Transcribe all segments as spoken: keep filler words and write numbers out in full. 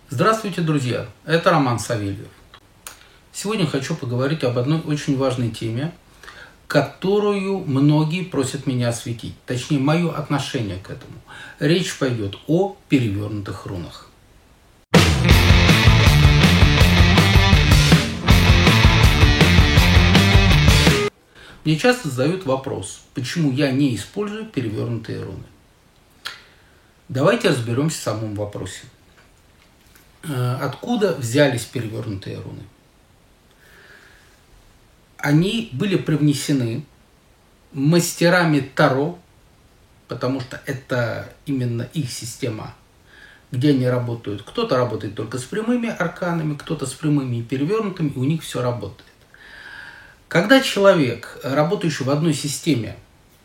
Здравствуйте, друзья! Это Роман Савельев. Сегодня хочу поговорить об одной очень важной теме, которую многие просят меня осветить, точнее, мое отношение к этому. Речь пойдет о перевернутых рунах. Мне часто задают вопрос, почему я не использую перевернутые руны. Давайте разберемся в самом вопросе. Откуда взялись перевернутые руны? Они были привнесены мастерами Таро, потому что это именно их система, где они работают. Кто-то работает только с прямыми арканами, кто-то с прямыми и перевернутыми, и у них все работает. Когда человек, работающий в одной системе,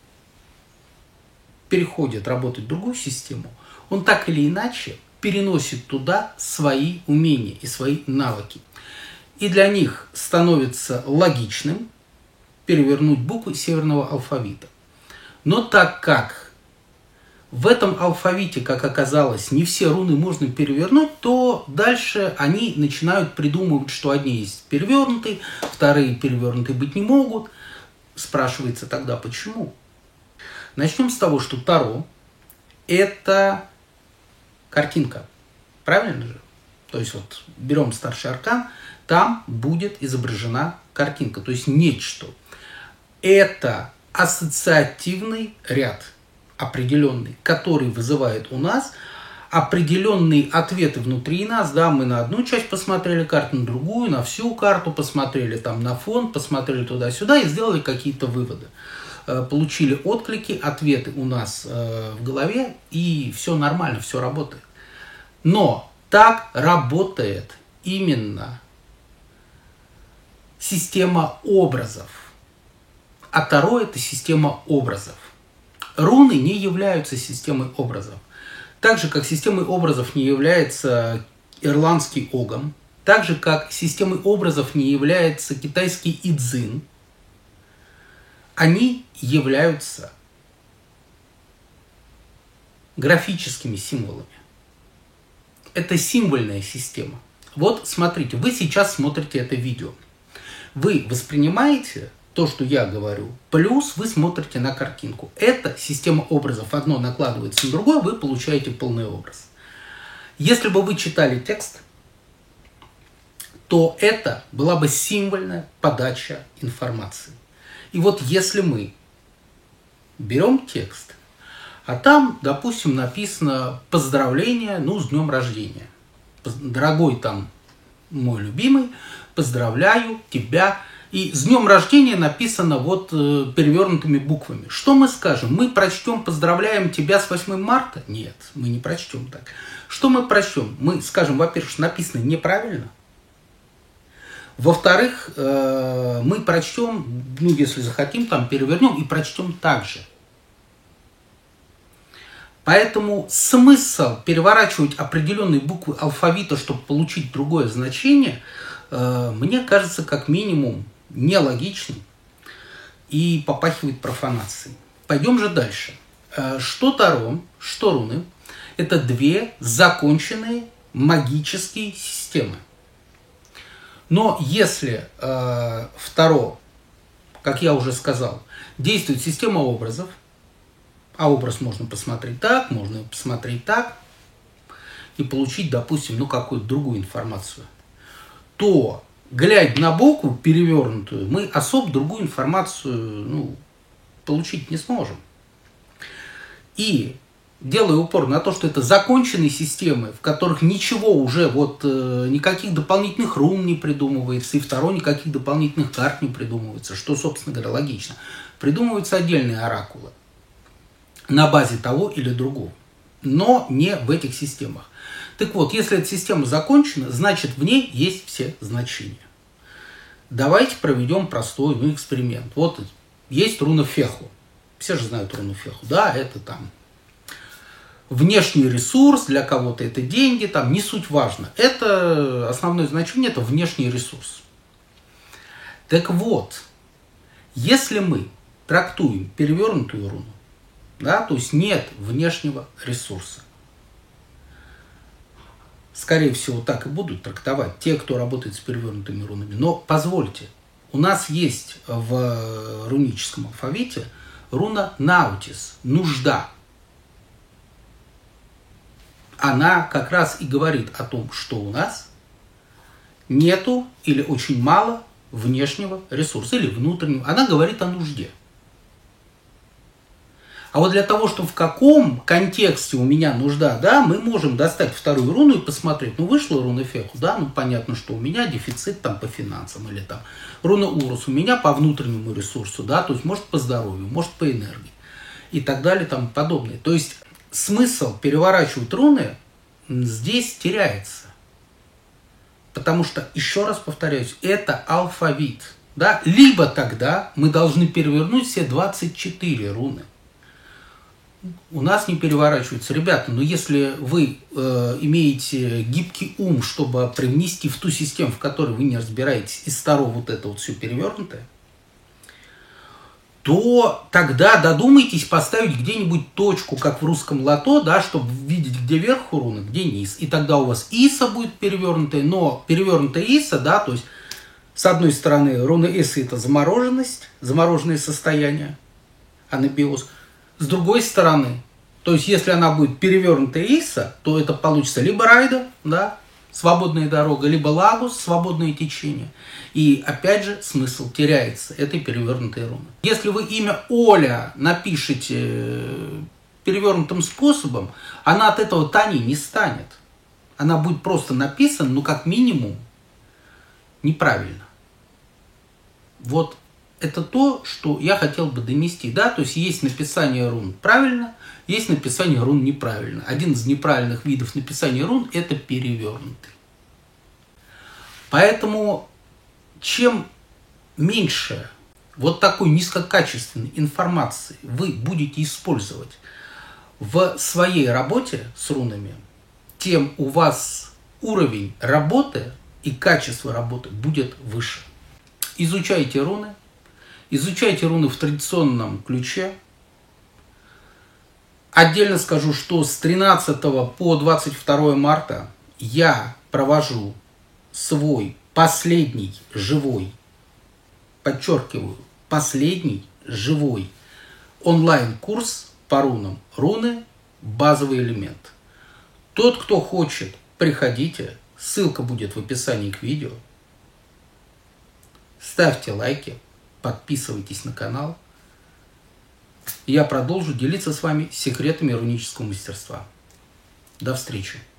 переходит работать в другую систему, он так или иначе переносит туда свои умения и свои навыки. И для них становится логичным перевернуть буквы северного алфавита. Но так как в этом алфавите, как оказалось, не все руны можно перевернуть, то дальше они начинают придумывать, что одни есть перевернутые, вторые перевернутые быть не могут. Спрашивается тогда, почему? Начнем с того, что Таро – это картинка. Правильно же? То есть вот берем старший аркан, там будет изображена картинка, то есть нечто. Это ассоциативный ряд определенный, который вызывает у нас определенные ответы внутри нас. Да, мы на одну часть посмотрели карту, на другую, на всю карту посмотрели, там на фон, посмотрели туда-сюда и сделали какие-то выводы. Получили отклики, ответы у нас в голове, и все нормально, все работает. Но так работает именно система образов. А Таро – это система образов. Руны не являются системой образов. Так же, как системой образов не является ирландский огам, так же, как системой образов не является китайский идзин, они являются графическими символами. Это символьная система. Вот смотрите, вы сейчас смотрите это видео. Вы воспринимаете то, что я говорю, плюс вы смотрите на картинку. Это система образов. Одно накладывается на другое, вы получаете полный образ. Если бы вы читали текст, то это была бы символьная подача информации. И вот если мы берем текст, а там, допустим, написано «Поздравление, ну, с днем рождения». Дорогой там мой любимый, поздравляю тебя. И с днем рождения написано вот э, перевернутыми буквами. Что мы скажем? Мы прочтем «Поздравляем тебя с восьмым марта»? Нет, мы не прочтем так. Что мы прочтем? Мы скажем, во-первых, что написано неправильно. Во-вторых, э, мы прочтем, ну, если захотим, там перевернем и прочтем так же. Поэтому смысл переворачивать определенные буквы алфавита, чтобы получить другое значение, э, мне кажется, как минимум, нелогичным и попахивает профанацией. Пойдем же дальше. Э, что Таро, что руны – это две законченные магические системы. Но если э, в Таро, как я уже сказал, действует система образов, а образ можно посмотреть так, можно посмотреть так, и получить, допустим, ну, какую-то другую информацию, то, глядя на букву перевернутую, мы особо другую информацию, ну, получить не сможем. И делая упор на то, что это законченные системы, в которых ничего уже, вот, э, никаких дополнительных рун не придумывается, и второй никаких дополнительных карт не придумывается, что, собственно говоря, логично. Придумываются отдельные оракулы на базе того или другого, но не в этих системах. Так вот, если эта система закончена, значит в ней есть все значения. Давайте проведем простой, ну, эксперимент. Вот есть руна Феху. Все же знают руну Феху. Да, это там внешний ресурс, для кого-то это деньги, там не суть важно. Это основное значение, это внешний ресурс. Так вот, если мы трактуем перевернутую руну, да, то есть нет внешнего ресурса, скорее всего, так и будут трактовать те, кто работает с перевернутыми рунами. Но позвольте, у нас есть в руническом алфавите руна наутис, нужда. Она как раз и говорит о том, что у нас нету или очень мало внешнего ресурса или внутреннего. Она говорит о нужде. А вот для того, чтобы в каком контексте у меня нужда, да, мы можем достать вторую руну и посмотреть. Ну, вышла руна Феху, да, ну, понятно, что у меня дефицит там по финансам, или там руна Урус у меня по внутреннему ресурсу, да, то есть, может, по здоровью, может, по энергии и так далее, там подобное. То есть, смысл переворачивать руны здесь теряется. Потому что, еще раз повторяюсь, это алфавит, да, либо тогда мы должны перевернуть все двадцать четыре руны. У нас не переворачиваются. Ребята, но если вы э, имеете гибкий ум, чтобы привнести в ту систему, в которой вы не разбираетесь, из старого вот это вот все перевернутое, то тогда додумайтесь поставить где-нибудь точку, как в русском лото, да, чтобы видеть, где верх руны, где низ. И тогда у вас иса будет перевернутая, но перевернутая иса, да, то есть с одной стороны руна иса это замороженность, замороженное состояние, анабиоз. С другой стороны, то есть если она будет перевернутая иса, то это получится либо райда, да, свободная дорога, либо лагус, свободное течение. И опять же смысл теряется этой перевернутой руны. Если вы имя Оля напишете перевернутым способом, она от этого Таней не станет. Она будет просто написана, ну как минимум, неправильно. Вот. Это то, что я хотел бы донести. Да? То есть есть написание рун правильно, есть написание рун неправильно. Один из неправильных видов написания рун – это перевернутый. Поэтому чем меньше вот такой низкокачественной информации вы будете использовать в своей работе с рунами, тем у вас уровень работы и качество работы будет выше. Изучайте руны. Изучайте руны в традиционном ключе. Отдельно скажу, что с тринадцатого по двадцать второе марта я провожу свой последний живой, подчеркиваю, последний живой онлайн-курс по рунам. Руны – базовый элемент. Тот, кто хочет, приходите. Ссылка будет в описании к видео. Ставьте лайки. Подписывайтесь на канал. Я продолжу делиться с вами секретами рунического мастерства. До встречи.